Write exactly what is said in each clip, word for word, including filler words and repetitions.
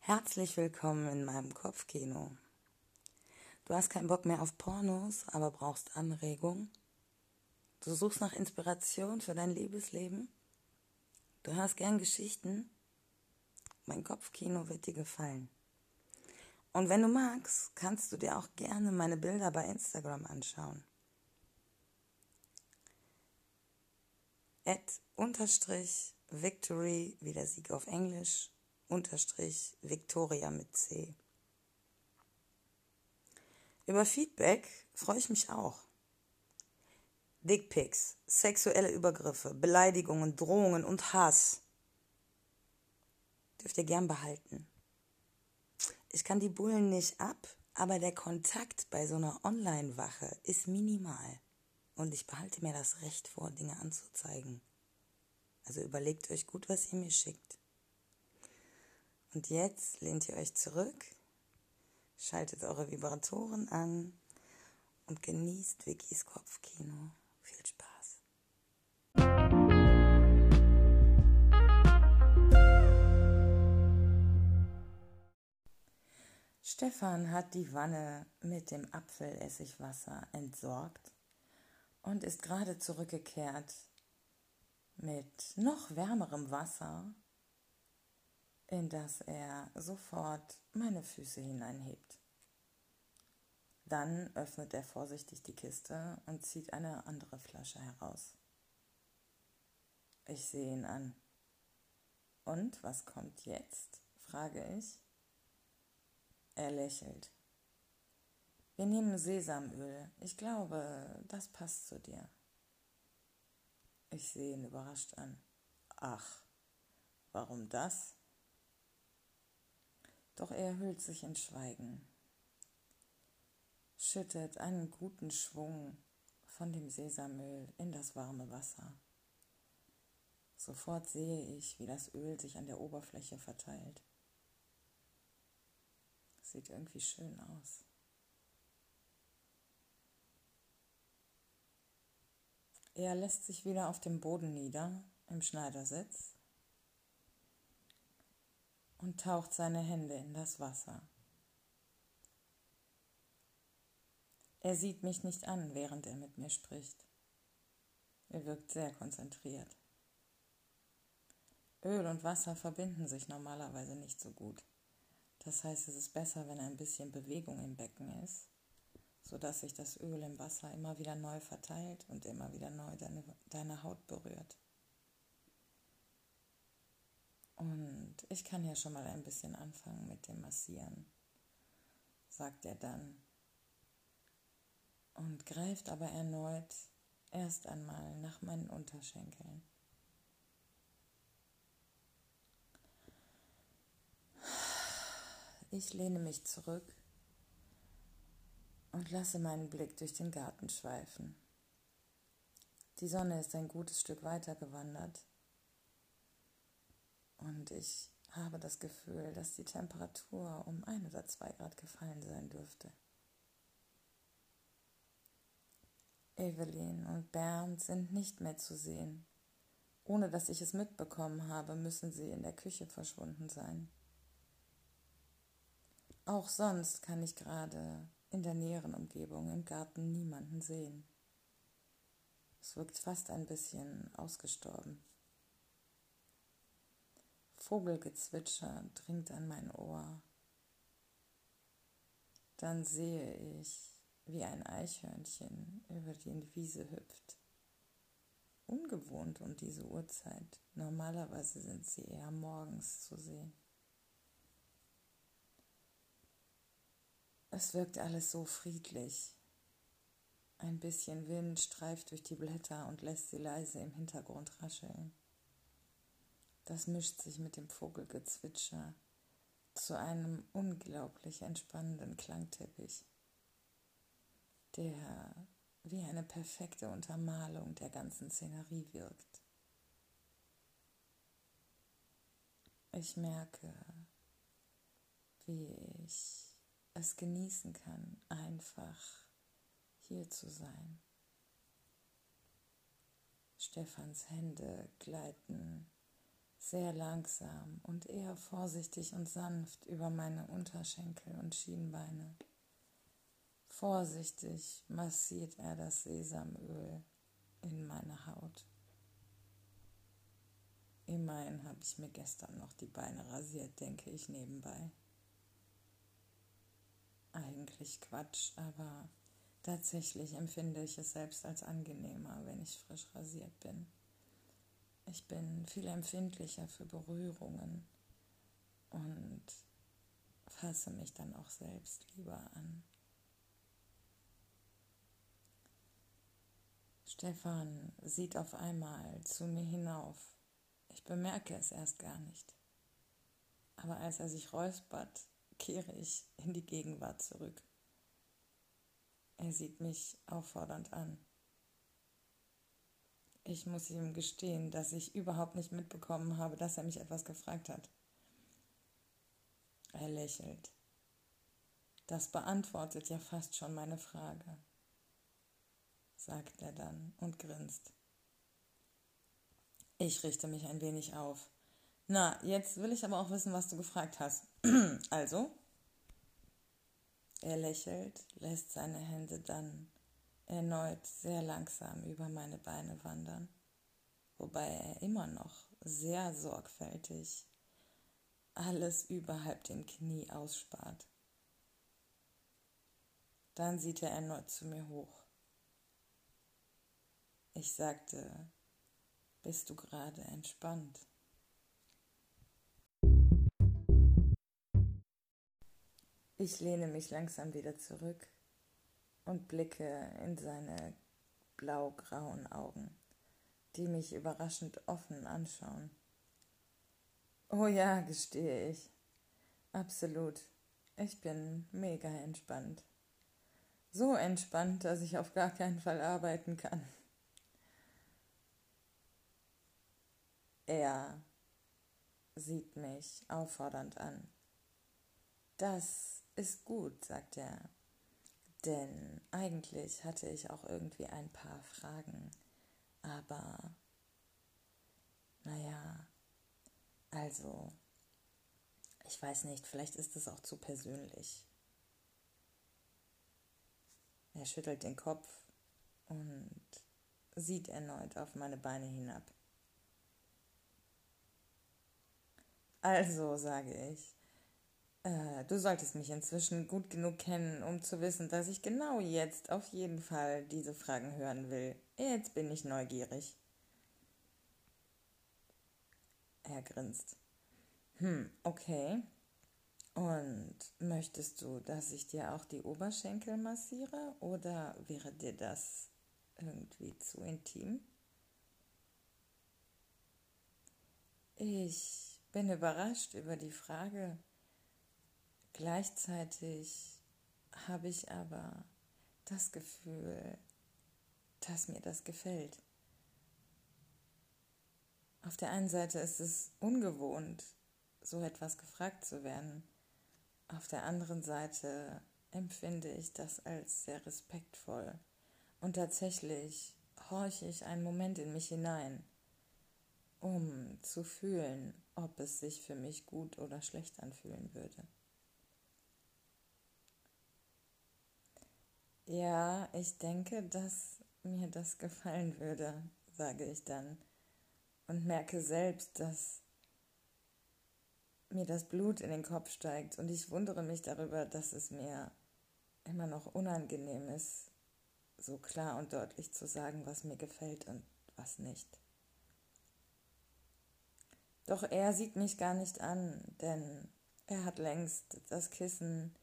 Herzlich willkommen in meinem Kopfkino. Du hast keinen Bock mehr auf Pornos, aber brauchst Anregung. Du suchst nach Inspiration für dein Liebesleben. Du hörst gern Geschichten. Mein Kopfkino wird dir gefallen. Und wenn du magst, kannst du dir auch gerne meine Bilder bei Instagram anschauen. At unterstrich Victory, wie der Sieg auf Englisch, unterstrich Victoria mit C. Über Feedback freue ich mich auch. Dickpics, sexuelle Übergriffe, Beleidigungen, Drohungen und Hass dürft ihr gern behalten. Ich kann die Bullen nicht ab, aber der Kontakt bei so einer Online-Wache ist minimal. Und ich behalte mir das Recht vor, Dinge anzuzeigen. Also überlegt euch gut, was ihr mir schickt. Und jetzt lehnt ihr euch zurück, schaltet eure Vibratoren an und genießt Vickys Kopfkino. Viel Spaß. Stefan hat die Wanne mit dem Apfelessigwasser entsorgt und ist gerade zurückgekehrt mit noch wärmerem Wasser, in das er sofort meine Füße hineinhebt. Dann öffnet er vorsichtig die Kiste und zieht eine andere Flasche heraus. Ich sehe ihn an. Und was kommt jetzt? Frage ich. Er lächelt. Wir nehmen Sesamöl. Ich glaube, das passt zu dir. Ich sehe ihn überrascht an. Ach, warum das? Doch er hüllt sich in Schweigen, schüttet einen guten Schwung von dem Sesamöl in das warme Wasser. Sofort sehe ich, wie das Öl sich an der Oberfläche verteilt. Sieht irgendwie schön aus. Er lässt sich wieder auf dem Boden nieder, im Schneidersitz, und taucht seine Hände in das Wasser. Er sieht mich nicht an, während er mit mir spricht. Er wirkt sehr konzentriert. Öl und Wasser verbinden sich normalerweise nicht so gut. Das heißt, es ist besser, wenn ein bisschen Bewegung im Becken ist, sodass sich das Öl im Wasser immer wieder neu verteilt und immer wieder neu deine, deine Haut berührt. Und ich kann ja schon mal ein bisschen anfangen mit dem Massieren, sagt er dann. Und greift aber erneut erst einmal nach meinen Unterschenkeln. Ich lehne mich zurück und lasse meinen Blick durch den Garten schweifen. Die Sonne ist ein gutes Stück weiter gewandert und ich habe das Gefühl, dass die Temperatur um ein oder zwei Grad gefallen sein dürfte. Evelyn und Bernd sind nicht mehr zu sehen. Ohne dass ich es mitbekommen habe, müssen sie in der Küche verschwunden sein. Auch sonst kann ich gerade in der näheren Umgebung im Garten niemanden sehen. Es wirkt fast ein bisschen ausgestorben. Vogelgezwitscher dringt an mein Ohr. Dann sehe ich, wie ein Eichhörnchen über die Wiese hüpft. Ungewohnt um diese Uhrzeit. Normalerweise sind sie eher morgens zu sehen. Es wirkt alles so friedlich. Ein bisschen Wind streift durch die Blätter und lässt sie leise im Hintergrund rascheln. Das mischt sich mit dem Vogelgezwitscher zu einem unglaublich entspannenden Klangteppich, der wie eine perfekte Untermalung der ganzen Szenerie wirkt. Ich merke, wie ich es genießen kann, einfach hier zu sein. Stefans Hände gleiten sehr langsam und eher vorsichtig und sanft über meine Unterschenkel und Schienbeine. Vorsichtig massiert er das Sesamöl in meine Haut. Immerhin habe ich mir gestern noch die Beine rasiert, denke ich nebenbei. Eigentlich Quatsch, aber tatsächlich empfinde ich es selbst als angenehmer, wenn ich frisch rasiert bin. Ich bin viel empfindlicher für Berührungen und fasse mich dann auch selbst lieber an. Stefan sieht auf einmal zu mir hinauf. Ich bemerke es erst gar nicht. Aber als er sich räuspert, kehre ich in die Gegenwart zurück. Er sieht mich auffordernd an. Ich muss ihm gestehen, dass ich überhaupt nicht mitbekommen habe, dass er mich etwas gefragt hat. Er lächelt. Das beantwortet ja fast schon meine Frage, sagt er dann und grinst. Ich richte mich ein wenig auf. Na, jetzt will ich aber auch wissen, was du gefragt hast. Also? Er lächelt, lässt seine Hände dann erneut sehr langsam über meine Beine wandern, wobei er immer noch sehr sorgfältig alles überhalb dem Knie ausspart. Dann sieht er erneut zu mir hoch. Ich sagte, bist du gerade entspannt? Ich lehne mich langsam wieder zurück und blicke in seine blau-grauen Augen, die mich überraschend offen anschauen. Oh ja, gestehe ich. Absolut. Ich bin mega entspannt. So entspannt, dass ich auf gar keinen Fall arbeiten kann. Er sieht mich auffordernd an. Das ist gut, sagt er, denn eigentlich hatte ich auch irgendwie ein paar Fragen, aber naja, also, ich weiß nicht, vielleicht ist es auch zu persönlich. Er schüttelt den Kopf und sieht erneut auf meine Beine hinab. Also, sage ich, äh, du solltest mich inzwischen gut genug kennen, um zu wissen, dass ich genau jetzt auf jeden Fall diese Fragen hören will. Jetzt bin ich neugierig. Er grinst. Hm, okay. Und möchtest du, dass ich dir auch die Oberschenkel massiere oder wäre dir das irgendwie zu intim? Ich bin überrascht über die Frage. Gleichzeitig habe ich aber das Gefühl, dass mir das gefällt. Auf der einen Seite ist es ungewohnt, so etwas gefragt zu werden. Auf der anderen Seite empfinde ich das als sehr respektvoll. Und tatsächlich horche ich einen Moment in mich hinein, um zu fühlen, ob es sich für mich gut oder schlecht anfühlen würde. Ja, ich denke, dass mir das gefallen würde, sage ich dann und merke selbst, dass mir das Blut in den Kopf steigt und ich wundere mich darüber, dass es mir immer noch unangenehm ist, so klar und deutlich zu sagen, was mir gefällt und was nicht. Doch er sieht mich gar nicht an, denn er hat längst das Kissen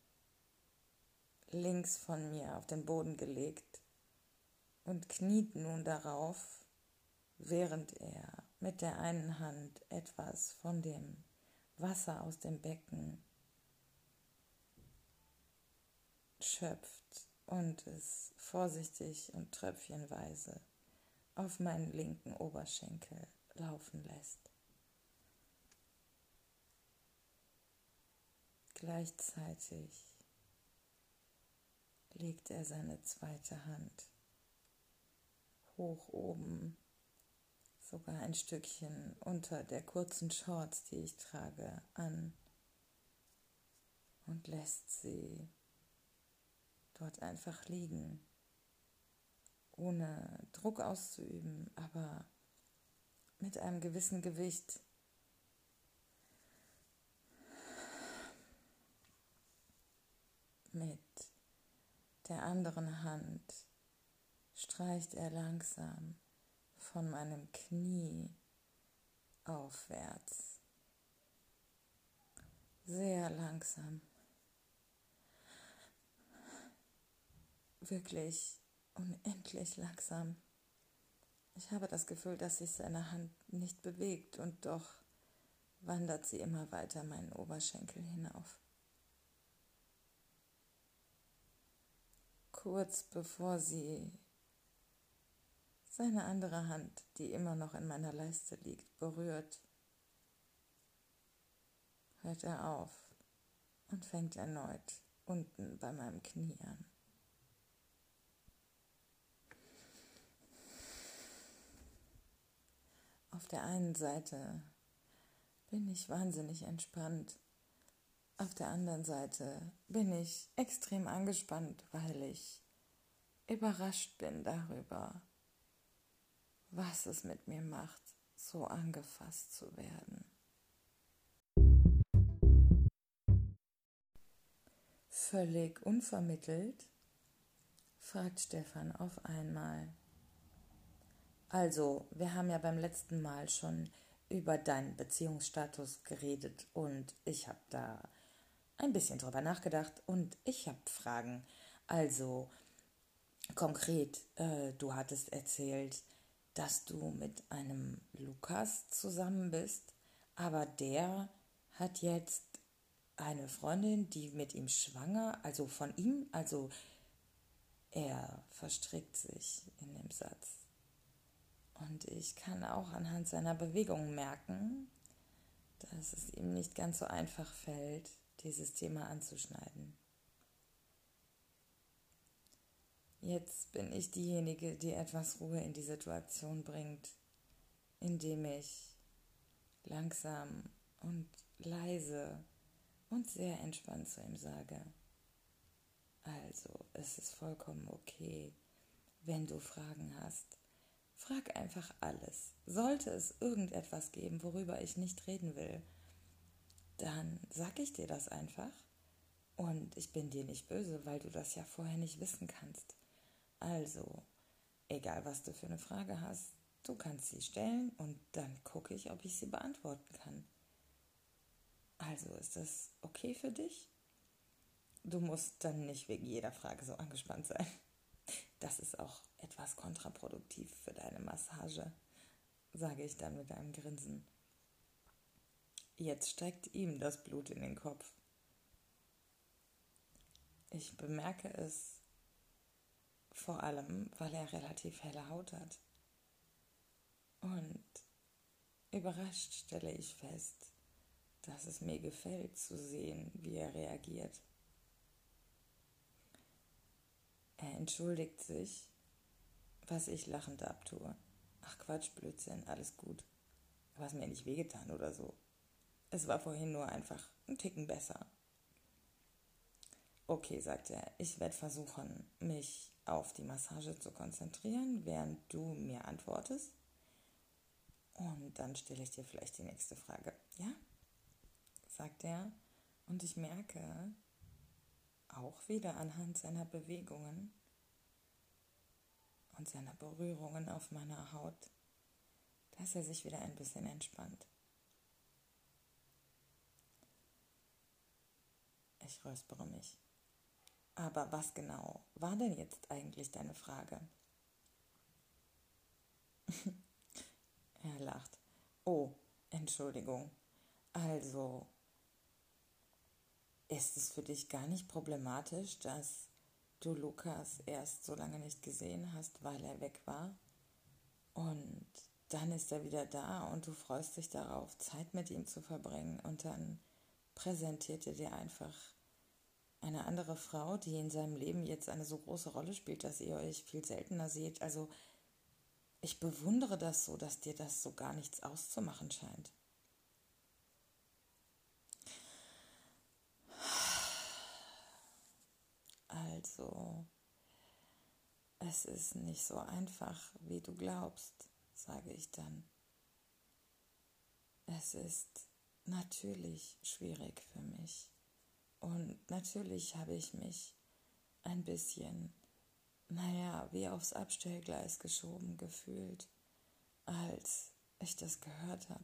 links von mir auf den Boden gelegt und kniet nun darauf, während er mit der einen Hand etwas von dem Wasser aus dem Becken schöpft und es vorsichtig und tröpfchenweise auf meinen linken Oberschenkel laufen lässt. Gleichzeitig legt er seine zweite Hand hoch oben sogar ein Stückchen unter der kurzen Shorts, die ich trage, an und lässt sie dort einfach liegen, ohne Druck auszuüben, aber mit einem gewissen Gewicht. Mit der anderen Hand streicht er langsam von meinem Knie aufwärts, sehr langsam, wirklich unendlich langsam. Ich habe das Gefühl, dass sich seine Hand nicht bewegt und doch wandert sie immer weiter meinen Oberschenkel hinauf. Kurz bevor sie seine andere Hand, die immer noch in meiner Leiste liegt, berührt, hört er auf und fängt erneut unten bei meinem Knie an. Auf der einen Seite bin ich wahnsinnig entspannt, auf der anderen Seite bin ich extrem angespannt, weil ich überrascht bin darüber, was es mit mir macht, so angefasst zu werden. Völlig unvermittelt fragt Stefan auf einmal: Also, wir haben ja beim letzten Mal schon über deinen Beziehungsstatus geredet und ich habe da ein bisschen drüber nachgedacht und ich habe Fragen. Also, konkret, äh, du hattest erzählt, dass du mit einem Lukas zusammen bist, aber der hat jetzt eine Freundin, die mit ihm schwanger, also von ihm, also er verstrickt sich in dem Satz. Und ich kann auch anhand seiner Bewegungen merken, dass es ihm nicht ganz so einfach fällt, dieses Thema anzuschneiden. Jetzt bin ich diejenige, die etwas Ruhe in die Situation bringt, indem ich langsam und leise und sehr entspannt zu ihm sage: Also, es ist vollkommen okay, wenn du Fragen hast. Frag einfach alles. Sollte es irgendetwas geben, worüber ich nicht reden will, dann sag ich dir das einfach und ich bin dir nicht böse, weil du das ja vorher nicht wissen kannst. Also, egal was du für eine Frage hast, du kannst sie stellen und dann gucke ich, ob ich sie beantworten kann. Also, ist das okay für dich? Du musst dann nicht wegen jeder Frage so angespannt sein. Das ist auch etwas kontraproduktiv für deine Massage, sage ich dann mit einem Grinsen. Jetzt steigt ihm das Blut in den Kopf. Ich bemerke es vor allem, weil er relativ helle Haut hat. Und überrascht stelle ich fest, dass es mir gefällt zu sehen, wie er reagiert. Er entschuldigt sich, was ich lachend abtue. Ach Quatsch, Blödsinn, alles gut. Du hast mir nicht wehgetan oder so. Es war vorhin nur einfach ein Ticken besser. Okay, sagt er, ich werde versuchen, mich auf die Massage zu konzentrieren, während du mir antwortest. Und dann stelle ich dir vielleicht die nächste Frage. Ja? Sagt er. Und ich merke, auch wieder anhand seiner Bewegungen und seiner Berührungen auf meiner Haut, dass er sich wieder ein bisschen entspannt. Ich räuspere mich. Aber was genau war denn jetzt eigentlich deine Frage? Er lacht. Oh, Entschuldigung. Also, ist es für dich gar nicht problematisch, dass du Lukas erst so lange nicht gesehen hast, weil er weg war? Und dann ist er wieder da und du freust dich darauf, Zeit mit ihm zu verbringen. Und dann präsentiert er dir einfach eine andere Frau, die in seinem Leben jetzt eine so große Rolle spielt, dass ihr euch viel seltener seht. Also Ich bewundere das so, dass dir das so gar nichts auszumachen scheint. Also, es ist nicht so einfach, wie du glaubst, sage ich dann. Es ist natürlich schwierig für mich. Und natürlich habe ich mich ein bisschen, naja, wie aufs Abstellgleis geschoben gefühlt, als ich das gehört habe.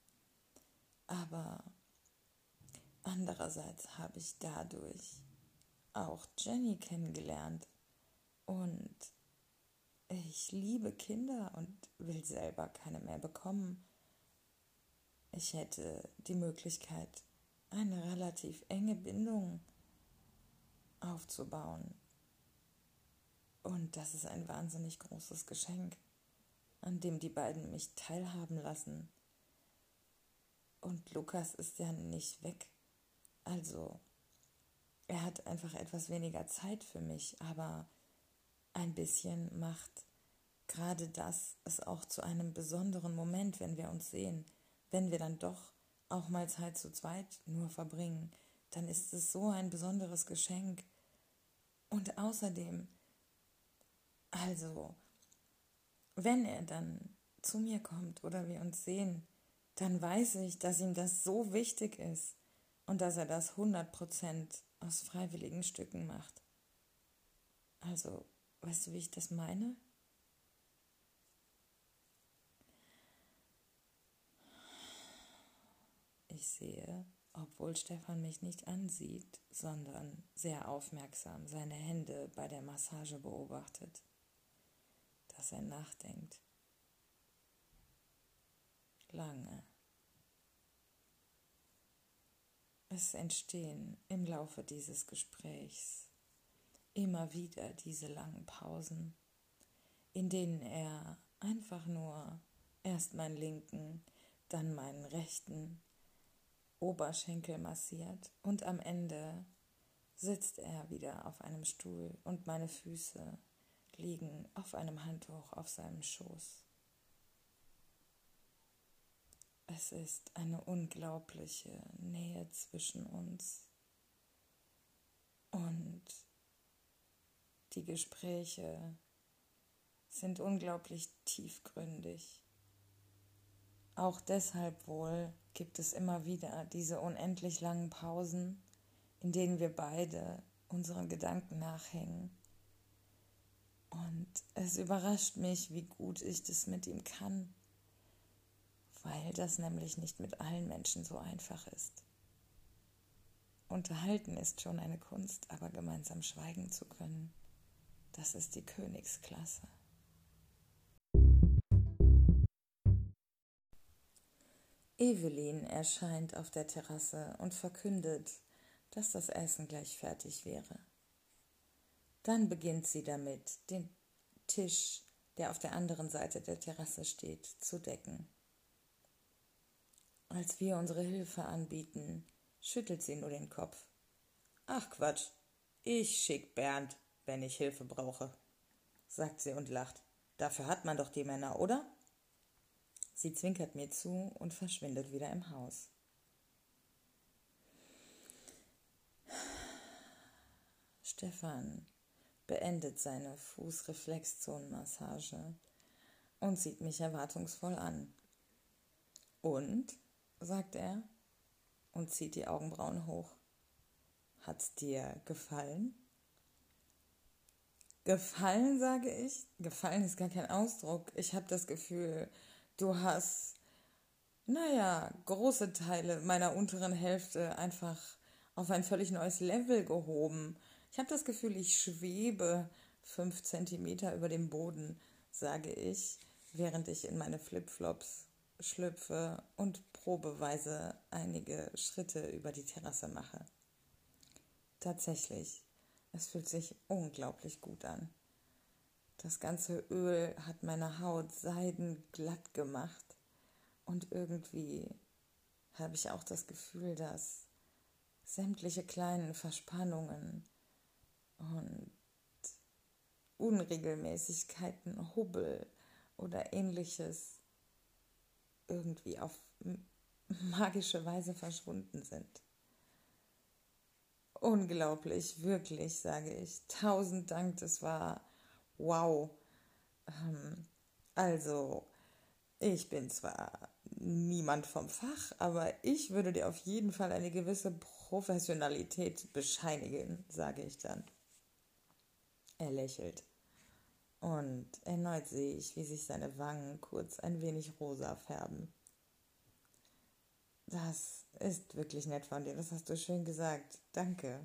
Aber andererseits habe ich dadurch auch Jenny kennengelernt und ich liebe Kinder und will selber keine mehr bekommen. Ich hätte die Möglichkeit, eine relativ enge Bindung aufzubauen. Und das ist ein wahnsinnig großes Geschenk, an dem die beiden mich teilhaben lassen. Und Lukas ist ja nicht weg. Also, er hat einfach etwas weniger Zeit für mich, aber ein bisschen macht gerade das es auch zu einem besonderen Moment, wenn wir uns sehen, wenn wir dann doch auch mal Zeit zu zweit nur verbringen, dann ist es so ein besonderes Geschenk. Und außerdem, also, wenn er dann zu mir kommt oder wir uns sehen, dann weiß ich, dass ihm das so wichtig ist und dass er das hundert Prozent aus freiwilligen Stücken macht. Also, weißt du, wie ich das meine? Ich sehe, obwohl Stefan mich nicht ansieht, sondern sehr aufmerksam seine Hände bei der Massage beobachtet, dass er nachdenkt. Lange. Es entstehen im Laufe dieses Gesprächs immer wieder diese langen Pausen, in denen er einfach nur erst meinen linken, dann meinen rechten Oberschenkel massiert und am Ende sitzt er wieder auf einem Stuhl und meine Füße liegen auf einem Handtuch auf seinem Schoß. Es ist eine unglaubliche Nähe zwischen uns und die Gespräche sind unglaublich tiefgründig. Auch deshalb wohl gibt es immer wieder diese unendlich langen Pausen, in denen wir beide unseren Gedanken nachhängen. Und es überrascht mich, wie gut ich das mit ihm kann, weil das nämlich nicht mit allen Menschen so einfach ist. Unterhalten ist schon eine Kunst, aber gemeinsam schweigen zu können, das ist die Königsklasse. Evelyn erscheint auf der Terrasse und verkündet, dass das Essen gleich fertig wäre. Dann beginnt sie damit, den Tisch, der auf der anderen Seite der Terrasse steht, zu decken. Als wir unsere Hilfe anbieten, schüttelt sie nur den Kopf. Ach Quatsch, ich schick Bernd, wenn ich Hilfe brauche, sagt sie und lacht. Dafür hat man doch die Männer, oder? Sie zwinkert mir zu und verschwindet wieder im Haus. Stefan beendet seine Fußreflexzonenmassage und sieht mich erwartungsvoll an. Und, sagt er und zieht die Augenbrauen hoch. Hat's dir gefallen? Gefallen, sage ich? Gefallen ist gar kein Ausdruck. Ich habe das Gefühl, du hast, naja, große Teile meiner unteren Hälfte einfach auf ein völlig neues Level gehoben. Ich habe das Gefühl, ich schwebe fünf Zentimeter über dem Boden, sage ich, während ich in meine Flipflops schlüpfe und probeweise einige Schritte über die Terrasse mache. Tatsächlich, es fühlt sich unglaublich gut an. Das ganze Öl hat meine Haut seidenglatt gemacht und irgendwie habe ich auch das Gefühl, dass sämtliche kleinen Verspannungen und Unregelmäßigkeiten, Hubbel oder ähnliches irgendwie auf magische Weise verschwunden sind. Unglaublich, wirklich, sage ich. Tausend Dank, das war wow. Ähm, also, ich bin zwar niemand vom Fach, aber ich würde dir auf jeden Fall eine gewisse Professionalität bescheinigen, sage ich dann. Er lächelt. Und erneut sehe ich, wie sich seine Wangen kurz ein wenig rosa färben. Das ist wirklich nett von dir, das hast du schön gesagt. Danke.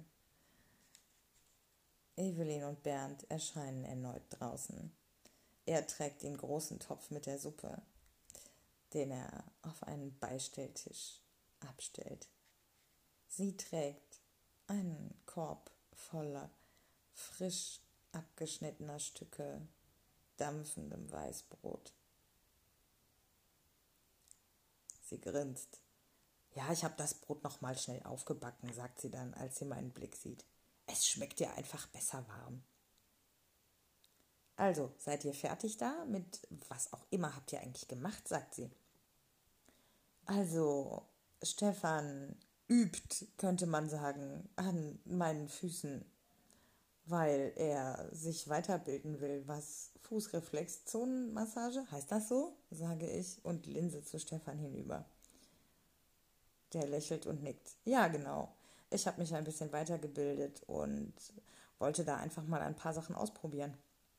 Evelyn und Bernd erscheinen erneut draußen. Er trägt den großen Topf mit der Suppe, den er auf einen Beistelltisch abstellt. Sie trägt einen Korb voller frisch abgeschnittener Stücke dampfendem Weißbrot. Sie grinst. Ja, ich habe das Brot noch mal schnell aufgebacken, sagt sie dann, als sie meinen Blick sieht. Es schmeckt dir einfach besser warm. Also, seid ihr fertig da? Mit was auch immer habt ihr eigentlich gemacht, sagt sie. Also, Stefan übt, könnte man sagen, an meinen Füßen, weil er sich weiterbilden will, was Fußreflexzonenmassage, heißt das so? Sage ich und linse zu Stefan hinüber. Der lächelt und nickt. Ja, genau. Ich habe mich ein bisschen weitergebildet und wollte da einfach mal ein paar Sachen ausprobieren.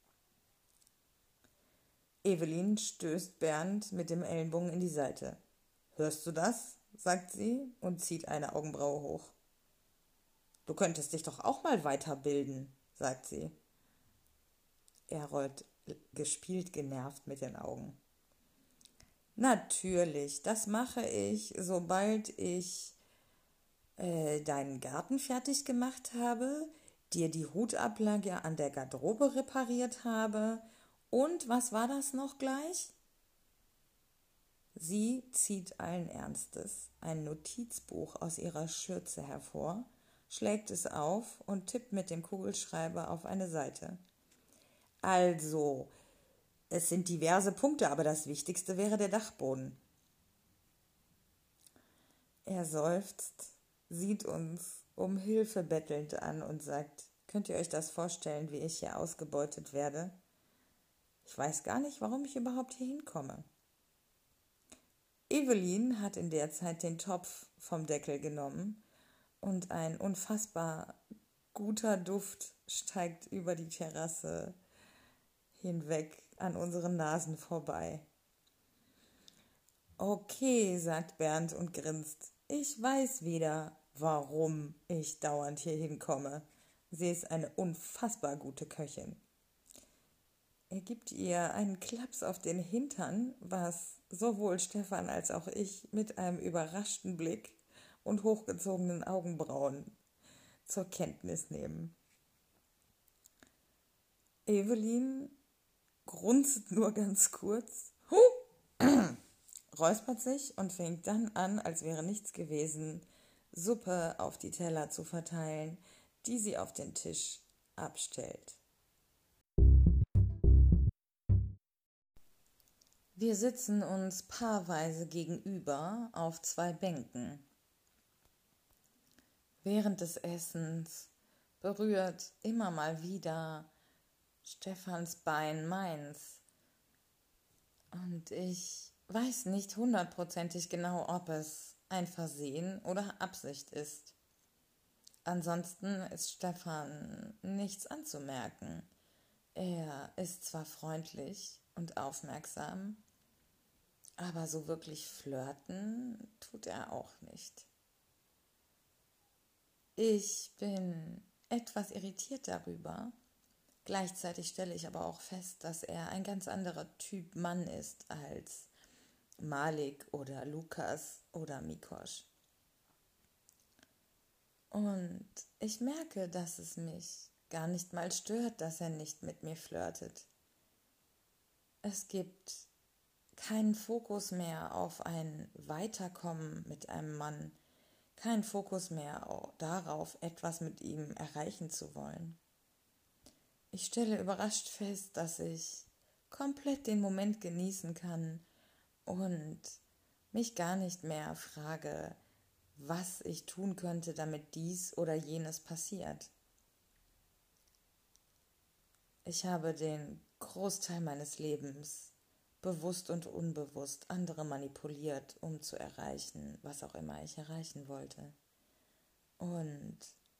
Evelyn stößt Bernd mit dem Ellenbogen in die Seite. Hörst du das? Sagt sie und zieht eine Augenbraue hoch. Du könntest dich doch auch mal weiterbilden, sagt sie. Er rollt gespielt genervt mit den Augen. Natürlich, das mache ich, sobald ich äh, deinen Garten fertig gemacht habe, dir die Hutablage an der Garderobe repariert habe und was war das noch gleich? Sie zieht allen Ernstes ein Notizbuch aus ihrer Schürze hervor, schlägt es auf und tippt mit dem Kugelschreiber auf eine Seite. Also, es sind diverse Punkte, aber das Wichtigste wäre der Dachboden. Er seufzt, sieht uns um Hilfe bettelnd an und sagt, könnt ihr euch das vorstellen, wie ich hier ausgebeutet werde? Ich weiß gar nicht, warum ich überhaupt hier hinkomme. Evelyn hat in der Zeit den Topf vom Deckel genommen und ein unfassbar guter Duft steigt über die Terrasse hinweg an unseren Nasen vorbei. Okay, sagt Bernd und grinst. Ich weiß wieder, warum ich dauernd hier hinkomme. Sie ist eine unfassbar gute Köchin. Er gibt ihr einen Klaps auf den Hintern, was sowohl Stefan als auch ich mit einem überraschten Blick und hochgezogenen Augenbrauen zur Kenntnis nehmen. Evelyn grunzt nur ganz kurz, räuspert sich und fängt dann an, als wäre nichts gewesen, Suppe auf die Teller zu verteilen, die sie auf den Tisch abstellt. Wir sitzen uns paarweise gegenüber auf zwei Bänken. Während des Essens berührt immer mal wieder Stefans Bein meins. Und ich weiß nicht hundertprozentig genau, ob es ein Versehen oder Absicht ist. Ansonsten ist Stefan nichts anzumerken. Er ist zwar freundlich und aufmerksam, aber so wirklich flirten tut er auch nicht. Ich bin etwas irritiert darüber. Gleichzeitig stelle ich aber auch fest, dass er ein ganz anderer Typ Mann ist als Malik oder Lukas oder Mikosch. Und ich merke, dass es mich gar nicht mal stört, dass er nicht mit mir flirtet. Es gibt keinen Fokus mehr auf ein Weiterkommen mit einem Mann, keinen Fokus mehr darauf, etwas mit ihm erreichen zu wollen. Ich stelle überrascht fest, dass ich komplett den Moment genießen kann und mich gar nicht mehr frage, was ich tun könnte, damit dies oder jenes passiert. Ich habe den Großteil meines Lebens bewusst und unbewusst andere manipuliert, um zu erreichen, was auch immer ich erreichen wollte. Und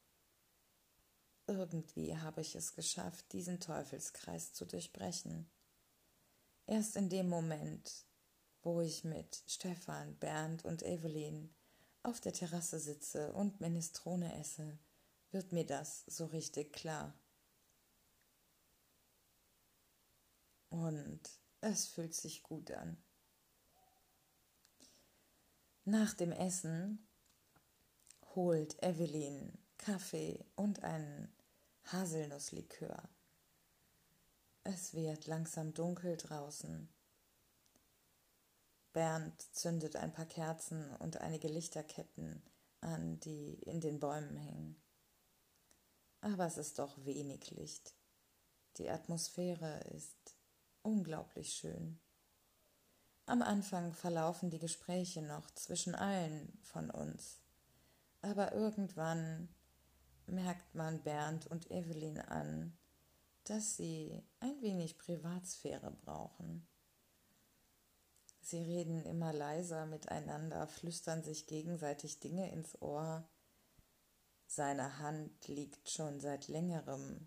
irgendwie habe ich es geschafft, diesen Teufelskreis zu durchbrechen. Erst in dem Moment, wo ich mit Stefan, Bernd und Evelyn auf der Terrasse sitze und Minestrone esse, wird mir das so richtig klar. Und es fühlt sich gut an. Nach dem Essen holt Evelyn Kaffee und einen Haselnusslikör. Es wird langsam dunkel draußen. Bernd zündet ein paar Kerzen und einige Lichterketten an, die in den Bäumen hängen. Aber es ist doch wenig Licht. Die Atmosphäre ist unglaublich schön. Am Anfang verlaufen die Gespräche noch zwischen allen von uns. Aber irgendwann merkt man Bernd und Evelyn an, dass sie ein wenig Privatsphäre brauchen. Sie reden immer leiser miteinander, flüstern sich gegenseitig Dinge ins Ohr. Seine Hand liegt schon seit längerem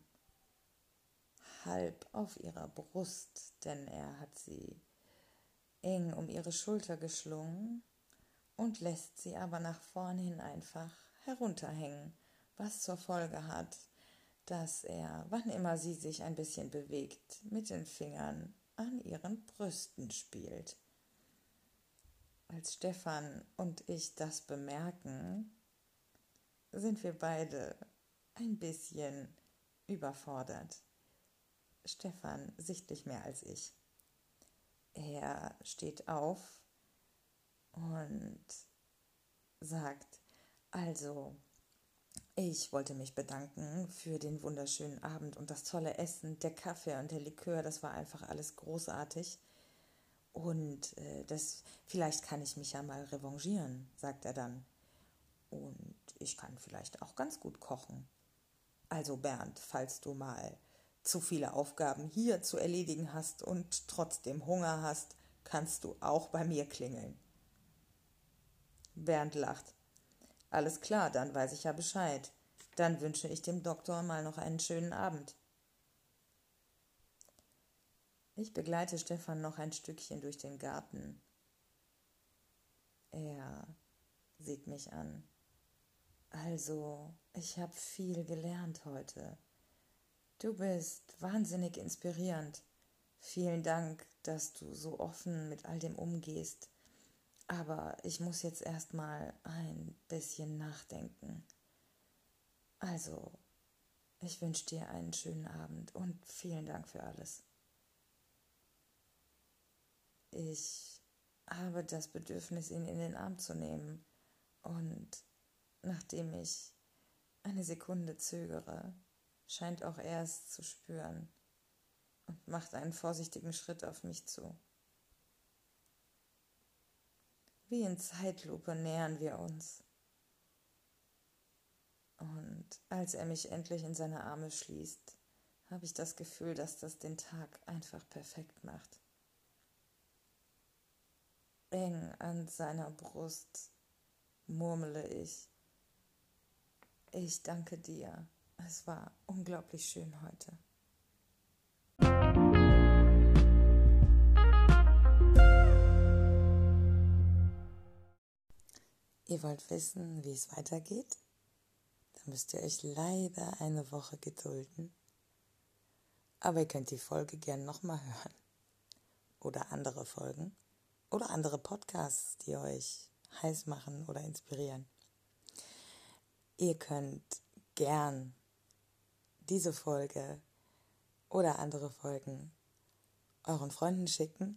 halb auf ihrer Brust, denn er hat sie eng um ihre Schulter geschlungen und lässt sie aber nach vorn hin einfach herunterhängen, was zur Folge hat, dass er, wann immer sie sich ein bisschen bewegt, mit den Fingern an ihren Brüsten spielt. Als Stefan und ich das bemerken, sind wir beide ein bisschen überfordert. Stefan sichtlich mehr als ich. Er steht auf und sagt, also, ich wollte mich bedanken für den wunderschönen Abend und das tolle Essen, der Kaffee und der Likör, das war einfach alles großartig. Und äh, das, vielleicht kann ich mich ja mal revanchieren, sagt er dann. Und ich kann vielleicht auch ganz gut kochen. Also Bernd, falls du mal zu viele Aufgaben hier zu erledigen hast und trotzdem Hunger hast, kannst du auch bei mir klingeln. Bernd lacht. Alles klar, dann weiß ich ja Bescheid. Dann wünsche ich dem Doktor mal noch einen schönen Abend. Ich begleite Stefan noch ein Stückchen durch den Garten. Er sieht mich an. Also, ich habe viel gelernt heute. Du bist wahnsinnig inspirierend. Vielen Dank, dass du so offen mit all dem umgehst. Aber ich muss jetzt erstmal ein bisschen nachdenken. Also, ich wünsche dir einen schönen Abend und vielen Dank für alles. Ich habe das Bedürfnis, ihn in den Arm zu nehmen. Und nachdem ich eine Sekunde zögere, scheint auch er es zu spüren und macht einen vorsichtigen Schritt auf mich zu. Wie in Zeitlupe nähern wir uns. Und als er mich endlich in seine Arme schließt, habe ich das Gefühl, dass das den Tag einfach perfekt macht. Eng an seiner Brust murmle ich: Ich danke dir. Es war unglaublich schön heute. Ihr wollt wissen, wie es weitergeht? Dann müsst ihr euch leider eine Woche gedulden. Aber ihr könnt die Folge gern nochmal hören. Oder andere Folgen. Oder andere Podcasts, die euch heiß machen oder inspirieren. Ihr könnt gern diese Folge oder andere Folgen euren Freunden schicken.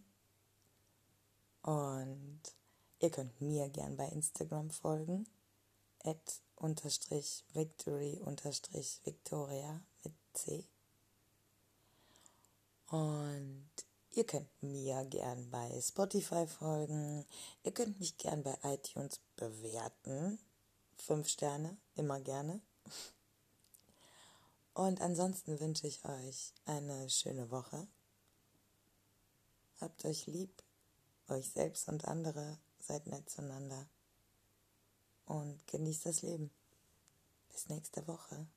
Und ihr könnt mir gern bei Instagram folgen. at unterstrich victory unterstrich victoria mit C. Und Ihr könnt mir gern bei Spotify folgen. Ihr könnt mich gern bei iTunes bewerten. Fünf Sterne, immer gerne. Und ansonsten wünsche ich euch eine schöne Woche. Habt euch lieb, euch selbst und andere, seid nett zueinander und genießt das Leben. Bis nächste Woche.